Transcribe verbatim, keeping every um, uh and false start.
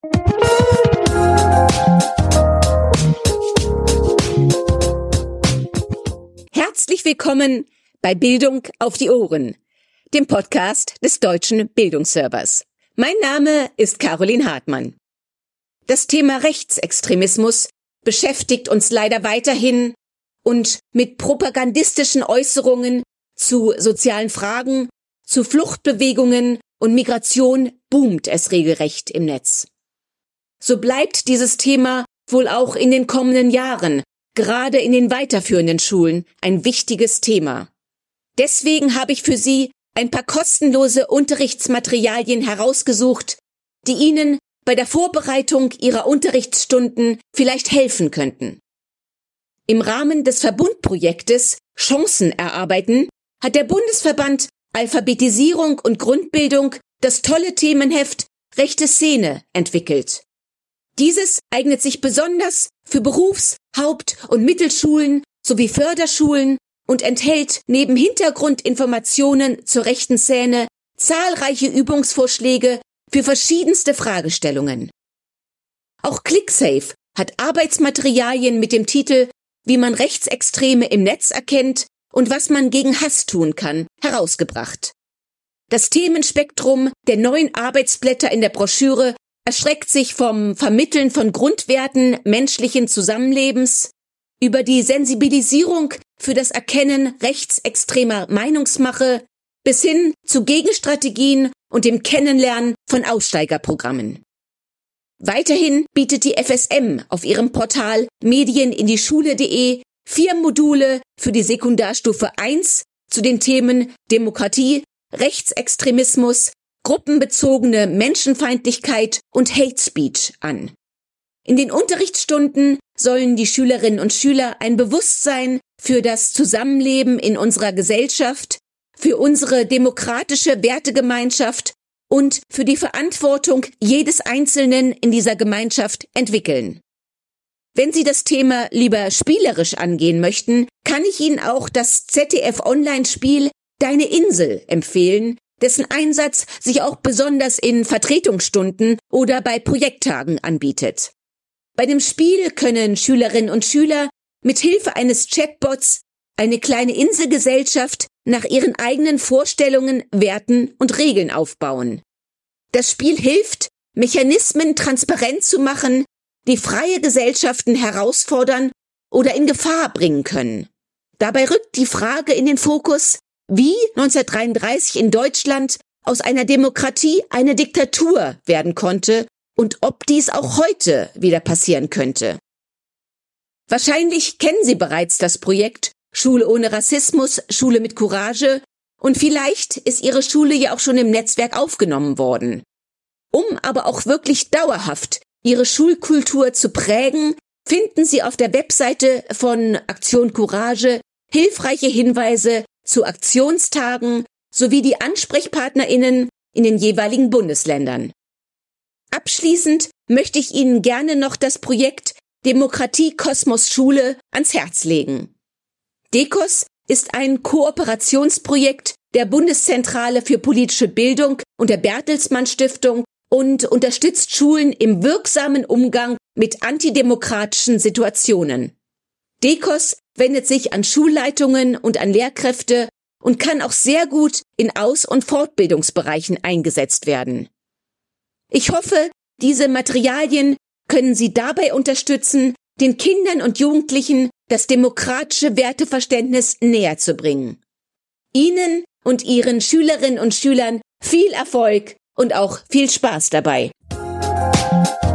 Herzlich willkommen bei Bildung auf die Ohren, dem Podcast des Deutschen Bildungsservers. Mein Name ist Caroline Hartmann. Das Thema Rechtsextremismus beschäftigt uns leider weiterhin und mit propagandistischen Äußerungen zu sozialen Fragen, zu Fluchtbewegungen und Migration boomt es regelrecht im Netz. So bleibt dieses Thema wohl auch in den kommenden Jahren, gerade in den weiterführenden Schulen, ein wichtiges Thema. Deswegen habe ich für Sie ein paar kostenlose Unterrichtsmaterialien herausgesucht, die Ihnen bei der Vorbereitung Ihrer Unterrichtsstunden vielleicht helfen könnten. Im Rahmen des Verbundprojektes Chancen erarbeiten hat der Bundesverband Alphabetisierung und Grundbildung das tolle Themenheft Rechte Szene entwickelt. Dieses eignet sich besonders für Berufs-, Haupt- und Mittelschulen sowie Förderschulen und enthält neben Hintergrundinformationen zur rechten Szene zahlreiche Übungsvorschläge für verschiedenste Fragestellungen. Auch ClickSafe hat Arbeitsmaterialien mit dem Titel Wie man Rechtsextreme im Netz erkennt und was man gegen Hass tun kann, herausgebracht. Das Themenspektrum der neuen Arbeitsblätter in der Broschüre erstreckt sich vom Vermitteln von Grundwerten menschlichen Zusammenlebens über die Sensibilisierung für das Erkennen rechtsextremer Meinungsmache bis hin zu Gegenstrategien und dem Kennenlernen von Aussteigerprogrammen. Weiterhin bietet die F S M auf ihrem Portal medieninDieSchule punkt de vier Module für die Sekundarstufe eins zu den Themen Demokratie, Rechtsextremismus, gruppenbezogene Menschenfeindlichkeit und Hate Speech an. In den Unterrichtsstunden sollen die Schülerinnen und Schüler ein Bewusstsein für das Zusammenleben in unserer Gesellschaft, für unsere demokratische Wertegemeinschaft und für die Verantwortung jedes Einzelnen in dieser Gemeinschaft entwickeln. Wenn Sie das Thema lieber spielerisch angehen möchten, kann ich Ihnen auch das Z D F-Online-Spiel Deine Insel empfehlen, dessen Einsatz sich auch besonders in Vertretungsstunden oder bei Projekttagen anbietet. Bei dem Spiel können Schülerinnen und Schüler mit Hilfe eines Chatbots eine kleine Inselgesellschaft nach ihren eigenen Vorstellungen, Werten und Regeln aufbauen. Das Spiel hilft, Mechanismen transparent zu machen, die freie Gesellschaften herausfordern oder in Gefahr bringen können. Dabei rückt die Frage in den Fokus, wie neunzehnhundertdreiunddreißig in Deutschland aus einer Demokratie eine Diktatur werden konnte und ob dies auch heute wieder passieren könnte. Wahrscheinlich kennen Sie bereits das Projekt Schule ohne Rassismus, Schule mit Courage und vielleicht ist Ihre Schule ja auch schon im Netzwerk aufgenommen worden. Um aber auch wirklich dauerhaft Ihre Schulkultur zu prägen, finden Sie auf der Webseite von Aktion Courage hilfreiche Hinweise zu Aktionstagen sowie die AnsprechpartnerInnen in den jeweiligen Bundesländern. Abschließend möchte ich Ihnen gerne noch das Projekt Demokratie Kosmos Schule ans Herz legen. DEKOS ist ein Kooperationsprojekt der Bundeszentrale für politische Bildung und der Bertelsmann Stiftung und unterstützt Schulen im wirksamen Umgang mit antidemokratischen Situationen. DEKOS wendet sich an Schulleitungen und an Lehrkräfte und kann auch sehr gut in Aus- und Fortbildungsbereichen eingesetzt werden. Ich hoffe, diese Materialien können Sie dabei unterstützen, den Kindern und Jugendlichen das demokratische Werteverständnis näher zu bringen. Ihnen und Ihren Schülerinnen und Schülern viel Erfolg und auch viel Spaß dabei.